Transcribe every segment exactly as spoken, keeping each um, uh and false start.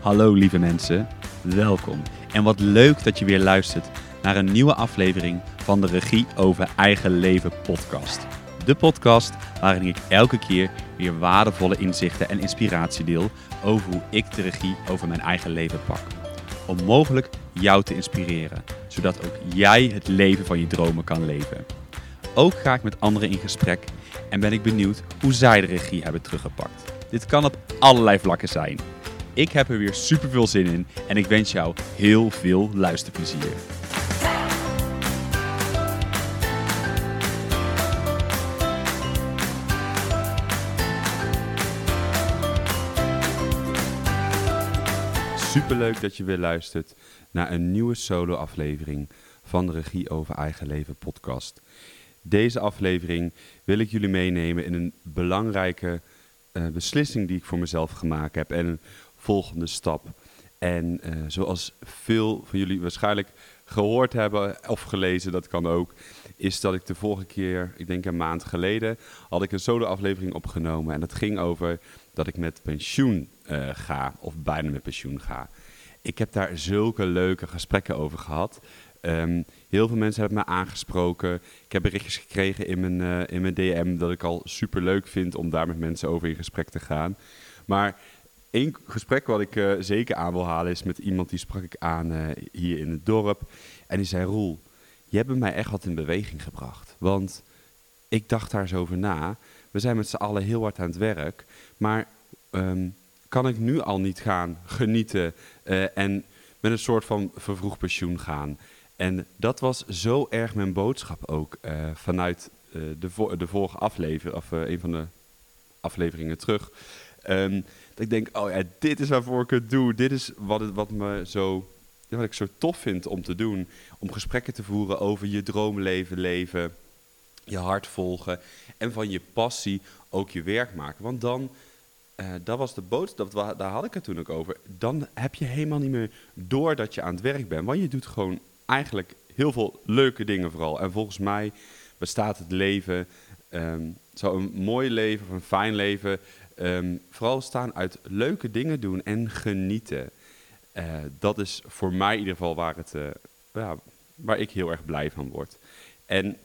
Hallo lieve mensen, welkom. En wat leuk dat je weer luistert naar een nieuwe aflevering van de Regie over Eigen Leven podcast. De podcast waarin ik elke keer weer waardevolle inzichten en inspiratie deel over hoe ik de regie over mijn eigen leven pak. Om mogelijk jou te inspireren, zodat ook jij het leven van je dromen kan leven. Ook ga ik met anderen in gesprek en ben ik benieuwd hoe zij de regie hebben teruggepakt. Dit kan op allerlei vlakken zijn. Ik heb er weer super veel zin in en ik wens jou heel veel luisterplezier. Superleuk dat je weer luistert naar een nieuwe solo-aflevering van de Regie over Eigen Leven podcast. Deze aflevering wil ik jullie meenemen in een belangrijke uh, beslissing die ik voor mezelf gemaakt heb en een volgende stap. En uh, zoals veel van jullie waarschijnlijk gehoord hebben of gelezen, dat kan ook, is dat ik de vorige keer, ik denk een maand geleden, had ik een solo-aflevering opgenomen. En dat ging over dat ik met pensioen uh, ga, of bijna met pensioen ga. Ik heb daar zulke leuke gesprekken over gehad. Um, heel veel mensen hebben me aangesproken. Ik heb berichtjes gekregen in mijn, uh, in mijn D M dat ik al super leuk vind om daar met mensen over in gesprek te gaan. Maar één gesprek wat ik uh, zeker aan wil halen is met iemand die sprak ik aan uh, hier in het dorp. En die zei: Roel, je hebt mij echt wat in beweging gebracht. Want ik dacht daar zo over na. We zijn met z'n allen heel hard aan het werk. Maar um, kan ik nu al niet gaan genieten uh, en met een soort van vervroegd pensioen gaan? En dat was zo erg mijn boodschap ook uh, vanuit uh, de, vo- de vorige aflevering, of uh, een van de afleveringen terug. Um, dat ik denk, oh ja, dit is waarvoor ik het doe. Dit is wat, het, wat, me zo, wat ik zo tof vind om te doen. Om gesprekken te voeren over je droomleven leven, je hart volgen en van je passie ook je werk maken. Want dan, uh, dat was de boodschap, dat, daar had ik het toen ook over. Dan heb je helemaal niet meer door dat je aan het werk bent. Want je doet gewoon eigenlijk heel veel leuke dingen vooral. En volgens mij bestaat het leven, um, zo een mooi leven of een fijn leven, um, vooral staan uit leuke dingen doen en genieten. Uh, dat is voor mij in ieder geval waar, het, uh, ja, waar ik heel erg blij van word. En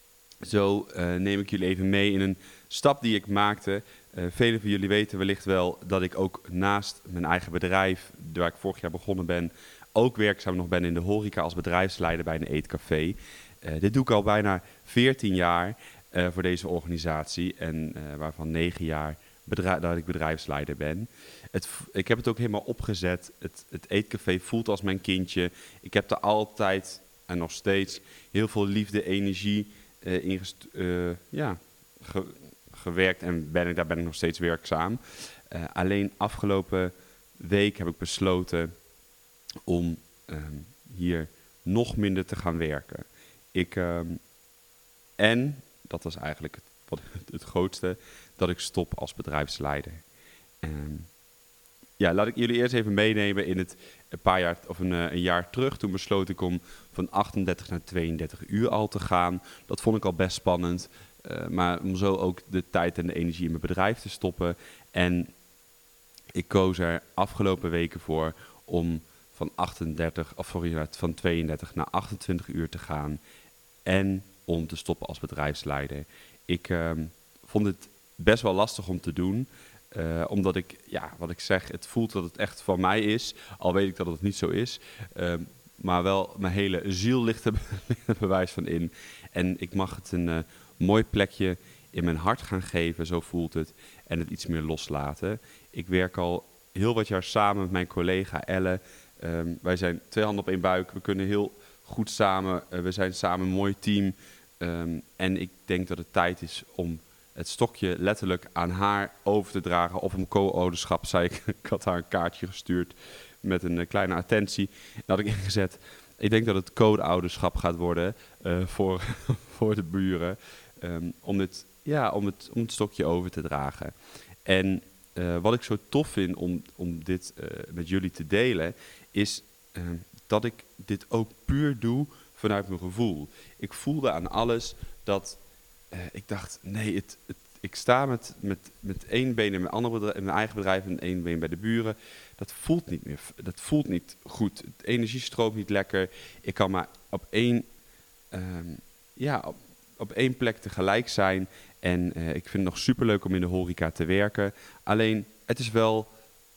zo uh, neem ik jullie even mee in een stap die ik maakte. Uh, velen van jullie weten wellicht wel dat ik ook naast mijn eigen bedrijf, waar ik vorig jaar begonnen ben, ook werkzaam nog ben in de horeca als bedrijfsleider bij een eetcafé. Uh, dit doe ik al bijna veertien jaar uh, voor deze organisatie. En uh, waarvan negen jaar bedrijf, dat ik bedrijfsleider ben. Het, ik heb het ook helemaal opgezet. Het, het eetcafé voelt als mijn kindje. Ik heb er altijd en nog steeds heel veel liefde, energie uh, in gest- uh, ja, ge- gewerkt. En ben ik, daar ben ik nog steeds werkzaam. Uh, alleen afgelopen week heb ik besloten om um, hier nog minder te gaan werken. Ik, um, en, dat was eigenlijk het, wat, het grootste, dat ik stop als bedrijfsleider. Um, ja, laat ik jullie eerst even meenemen in het een paar jaar, of een, een jaar terug. Toen besloot ik om van achtendertig naar tweeëndertig uur al te gaan. Dat vond ik al best spannend. Uh, maar om zo ook de tijd en de energie in mijn bedrijf te stoppen. En ik koos er afgelopen weken voor om van achtendertig, of sorry, van tweeëndertig naar achtentwintig uur te gaan en om te stoppen als bedrijfsleider. Ik uh, vond het best wel lastig om te doen, uh, omdat ik, ja, wat ik zeg, het voelt dat het echt van mij is, al weet ik dat het niet zo is, uh, maar wel mijn hele ziel ligt er, ligt er bewijs van in. En ik mag het een uh, mooi plekje in mijn hart gaan geven, zo voelt het, en het iets meer loslaten. Ik werk al heel wat jaar samen met mijn collega Elle. Um, wij zijn twee handen op één buik. We kunnen heel goed samen. Uh, we zijn samen een mooi team. Um, en ik denk dat het tijd is om het stokje letterlijk aan haar over te dragen. Of om co-ouderschap, zei ik. Ik had haar een kaartje gestuurd met een uh, kleine attentie. Dat had ik ingezet. Ik denk dat het co-ouderschap gaat worden uh, voor, voor de buren. Um, om, het, ja, om, het, om het stokje over te dragen. En Uh, wat ik zo tof vind om, om dit uh, met jullie te delen, is uh, dat ik dit ook puur doe vanuit mijn gevoel. Ik voelde aan alles dat uh, ik dacht, nee, het, het, ik sta met, met, met één been in mijn, andere bedrijf, in mijn eigen bedrijf en één been bij de buren. Dat voelt niet meer, dat voelt niet goed. De energie stroomt niet lekker. Ik kan maar op één, um, ja, op, op één plek tegelijk zijn. En uh, ik vind het nog superleuk om in de horeca te werken. Alleen, het is wel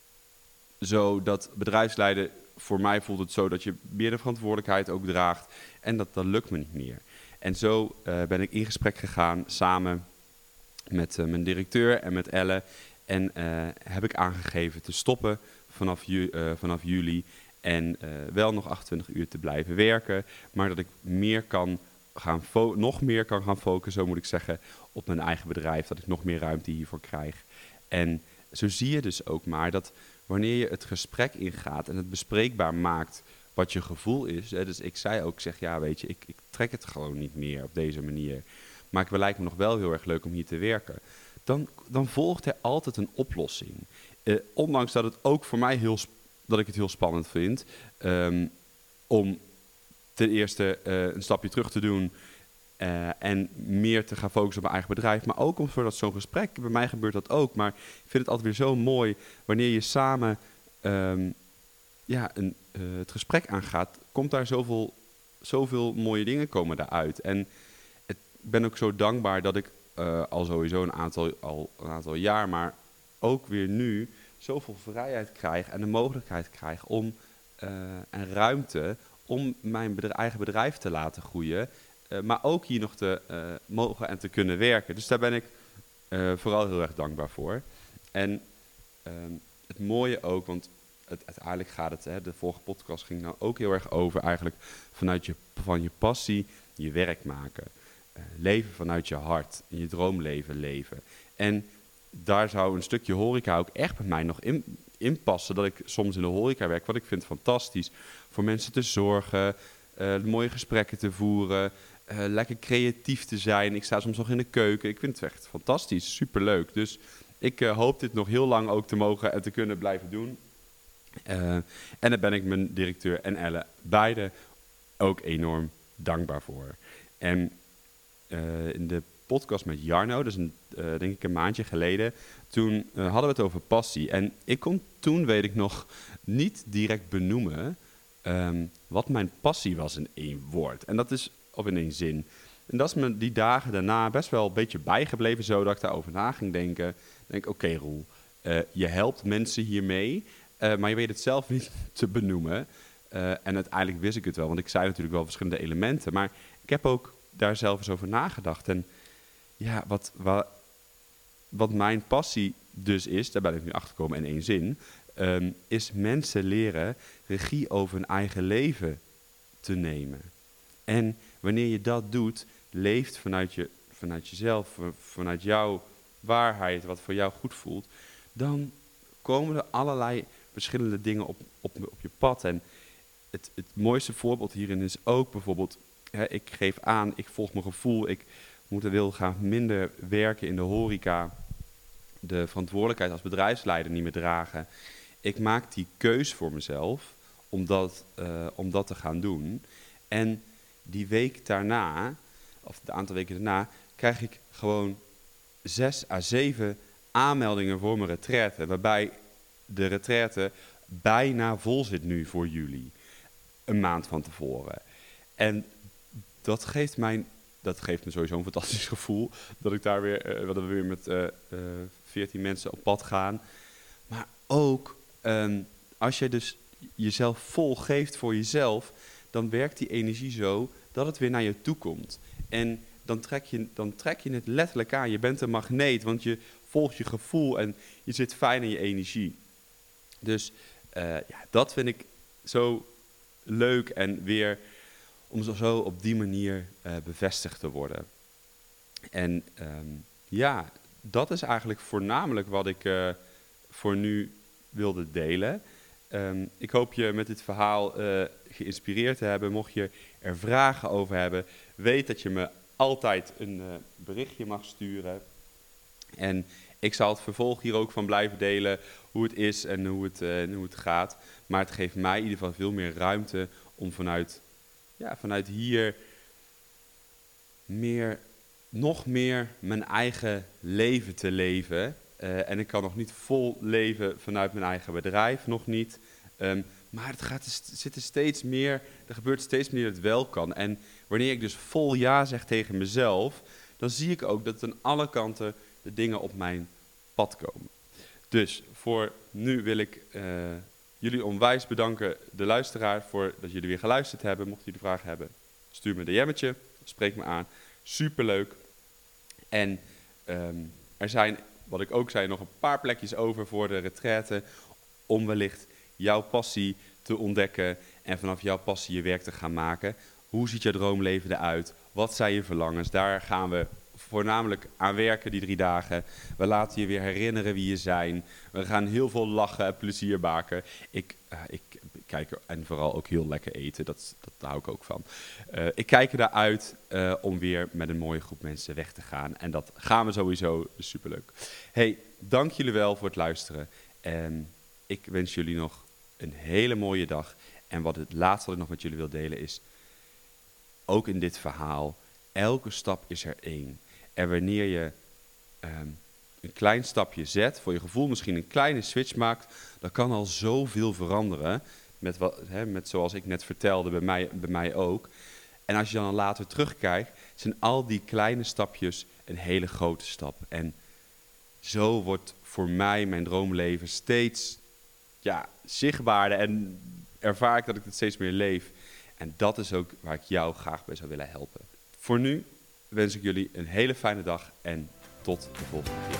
zo dat bedrijfsleiden, voor mij voelt het zo dat je meer de verantwoordelijkheid ook draagt. En dat, dat lukt me niet meer. En zo uh, ben ik in gesprek gegaan samen met uh, mijn directeur en met Elle. En uh, heb ik aangegeven te stoppen vanaf, ju- uh, vanaf juli. En uh, wel nog achtentwintig uur te blijven werken. Maar dat ik meer kan gaan fo- nog meer kan gaan focussen, zo moet ik zeggen, op mijn eigen bedrijf. Dat ik nog meer ruimte hiervoor krijg. En zo zie je dus ook maar dat wanneer je het gesprek ingaat en het bespreekbaar maakt wat je gevoel is. Hè, dus ik zei ook, ik zeg ja weet je, ik, ik trek het gewoon niet meer op deze manier. Maar het lijkt me nog wel heel erg leuk om hier te werken. Dan, dan volgt er altijd een oplossing. Uh, ondanks dat het ook voor mij heel, sp- dat ik het heel spannend vind. Um, om ten eerste uh, een stapje terug te doen. Uh, en meer te gaan focussen op mijn eigen bedrijf. Maar ook om zodat zo'n gesprek, bij mij gebeurt dat ook. Maar ik vind het altijd weer zo mooi wanneer je samen um, ja, een, uh, het gesprek aangaat. Komt daar zoveel, zoveel mooie dingen komen daaruit. En ik ben ook zo dankbaar dat ik uh, al sowieso een aantal, al een aantal jaar, maar ook weer nu zoveel vrijheid krijg en de mogelijkheid krijg om uh, en ruimte om mijn bedrijf, eigen bedrijf te laten groeien. Uh, maar ook hier nog te uh, mogen en te kunnen werken. Dus daar ben ik uh, vooral heel erg dankbaar voor. En uh, het mooie ook, want het, uiteindelijk gaat het, hè, de vorige podcast ging nou ook heel erg over eigenlijk vanuit je, van je passie je werk maken. Uh, leven vanuit je hart, in je droomleven leven. En daar zou een stukje horeca ook echt bij mij nog in, in passen. Dat ik soms in de horeca werk, wat ik vind fantastisch. Voor mensen te zorgen, uh, mooie gesprekken te voeren, uh, lekker creatief te zijn. Ik sta soms nog in de keuken. Ik vind het echt fantastisch, superleuk. Dus ik uh, hoop dit nog heel lang ook te mogen en te kunnen blijven doen. Uh, en daar ben ik mijn directeur en Elle beide ook enorm dankbaar voor. En uh, in de podcast met Jarno, dus een, uh, denk ik een maandje geleden, toen uh, hadden we het over passie. En ik kon toen, weet ik nog, niet direct benoemen um, wat mijn passie was in één woord. En dat is, of in één zin. En dat is me die dagen daarna best wel een beetje bijgebleven, zo dat ik daarover na ging denken. Denk, oké okay, Roel, uh, je helpt mensen hiermee, uh, maar je weet het zelf niet te benoemen. Uh, en uiteindelijk wist ik het wel, want ik zei natuurlijk wel verschillende elementen. Maar ik heb ook daar zelf eens over nagedacht. En ja, wat, wat, wat mijn passie dus is, daar ben ik nu achter gekomen in één zin, um, is mensen leren regie over hun eigen leven te nemen. En wanneer je dat doet, leeft vanuit, je, vanuit jezelf, vanuit jouw waarheid, wat voor jou goed voelt, dan komen er allerlei verschillende dingen op, op, op je pad. En het, het mooiste voorbeeld hierin is ook bijvoorbeeld, hè, ik geef aan, ik volg mijn gevoel, ik moet en wil graag minder werken in de horeca, de verantwoordelijkheid als bedrijfsleider niet meer dragen. Ik maak die keus voor mezelf om dat, uh, om dat te gaan doen. En die week daarna, of de aantal weken daarna, krijg ik gewoon zes à zeven aanmeldingen voor mijn retraite, waarbij de retraite bijna vol zit nu voor juli. Een maand van tevoren. En dat geeft mij, dat geeft me sowieso een fantastisch gevoel. Dat ik daar weer, uh, dat we weer met uh, uh, veertien mensen op pad gaan. Maar ook, um, als je dus jezelf vol geeft voor jezelf, dan werkt die energie zo dat het weer naar je toe komt. En dan trek je, dan trek je het letterlijk aan. Je bent een magneet, want je volgt je gevoel en je zit fijn in je energie. Dus uh, ja, dat vind ik zo leuk en weer om zo, zo op die manier uh, bevestigd te worden. En um, ja, dat is eigenlijk voornamelijk wat ik uh, voor nu wilde delen. Um, ik hoop je met dit verhaal uh, geïnspireerd te hebben. Mocht je er vragen over hebben, weet dat je me altijd een uh, berichtje mag sturen. En ik zal het vervolg hier ook van blijven delen, hoe het is en hoe het, uh, en hoe het gaat. Maar het geeft mij in ieder geval veel meer ruimte om vanuit, ja, vanuit hier meer nog meer mijn eigen leven te leven. Uh, en ik kan nog niet vol leven vanuit mijn eigen bedrijf, nog niet. Um, maar het gaat, er zit er steeds meer, er gebeurt steeds meer dat het wel kan. En wanneer ik dus vol ja zeg tegen mezelf, dan zie ik ook dat aan alle kanten de dingen op mijn pad komen. Dus voor nu wil ik uh, jullie onwijs bedanken, de luisteraar, voor dat jullie weer geluisterd hebben. Mocht jullie vragen hebben, stuur me een D M'tje, spreek me aan. Superleuk. En um, er zijn, wat ik ook zei, nog een paar plekjes over voor de retraite, om wellicht jouw passie te ontdekken en vanaf jouw passie je werk te gaan maken. Hoe ziet jouw droomleven eruit? Wat zijn je verlangens? Daar gaan we voornamelijk aan werken die drie dagen. We laten je weer herinneren wie je zijn. We gaan heel veel lachen en plezier maken. Ik, uh, ik kijk er, en vooral ook heel lekker eten, dat, dat hou ik ook van. Uh, ik kijk er naar uit uh, om weer met een mooie groep mensen weg te gaan. En dat gaan we sowieso, dus superleuk. Hey, dank jullie wel voor het luisteren. En ik wens jullie nog een hele mooie dag. En wat het laatste wat ik nog met jullie wil delen is, ook in dit verhaal, elke stap is er één. En wanneer je um, een klein stapje zet, voor je gevoel misschien een kleine switch maakt, dan kan al zoveel veranderen. Met, wat, hè, met zoals ik net vertelde, bij mij, bij mij ook. En als je dan later terugkijkt, zijn al die kleine stapjes een hele grote stap. En zo wordt voor mij mijn droomleven steeds ja, zichtbaarder en ervaar ik dat ik het steeds meer leef. En dat is ook waar ik jou graag bij zou willen helpen. Voor nu wens ik jullie een hele fijne dag en tot de volgende keer.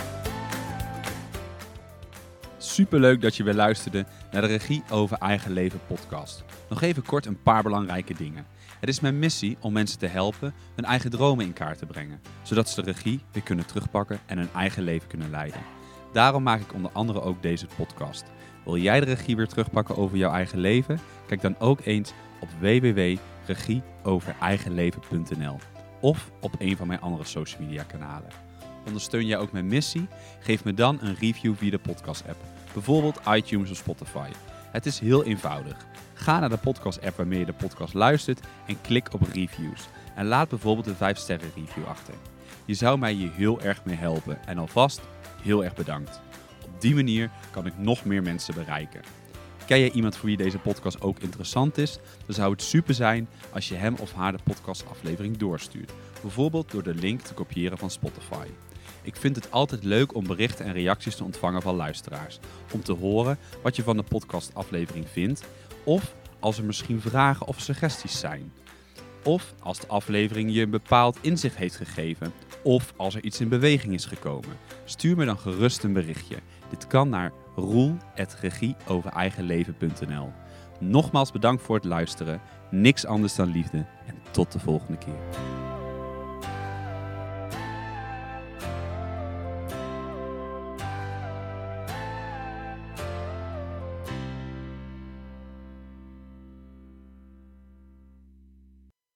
Superleuk dat je weer luisterde naar de Regie over Eigen Leven podcast. Nog even kort een paar belangrijke dingen. Het is mijn missie om mensen te helpen hun eigen dromen in kaart te brengen, zodat ze de regie weer kunnen terugpakken en hun eigen leven kunnen leiden. Daarom maak ik onder andere ook deze podcast. Wil jij de regie weer terugpakken over jouw eigen leven? Kijk dan ook eens op w w w punt regie over eigen leven punt n l of op een van mijn andere social media kanalen. Ondersteun jij ook mijn missie? Geef me dan een review via de podcast app, bijvoorbeeld iTunes of Spotify. Het is heel eenvoudig. Ga naar de podcast app waarmee je de podcast luistert en klik op reviews. En laat bijvoorbeeld een vijf sterren review achter. Je zou mij hier heel erg mee helpen en alvast heel erg bedankt. Op die manier kan ik nog meer mensen bereiken. Ken jij iemand voor wie deze podcast ook interessant is? Dan zou het super zijn als je hem of haar de podcastaflevering doorstuurt. Bijvoorbeeld door de link te kopiëren van Spotify. Ik vind het altijd leuk om berichten en reacties te ontvangen van luisteraars. Om te horen wat je van de podcastaflevering vindt. Of als er misschien vragen of suggesties zijn. Of als de aflevering je een bepaald inzicht heeft gegeven. Of als er iets in beweging is gekomen. Stuur me dan gerust een berichtje. Dit kan naar roel at regie over eigen leven punt n l. Nogmaals bedankt voor het luisteren. Niks anders dan liefde. En tot de volgende keer.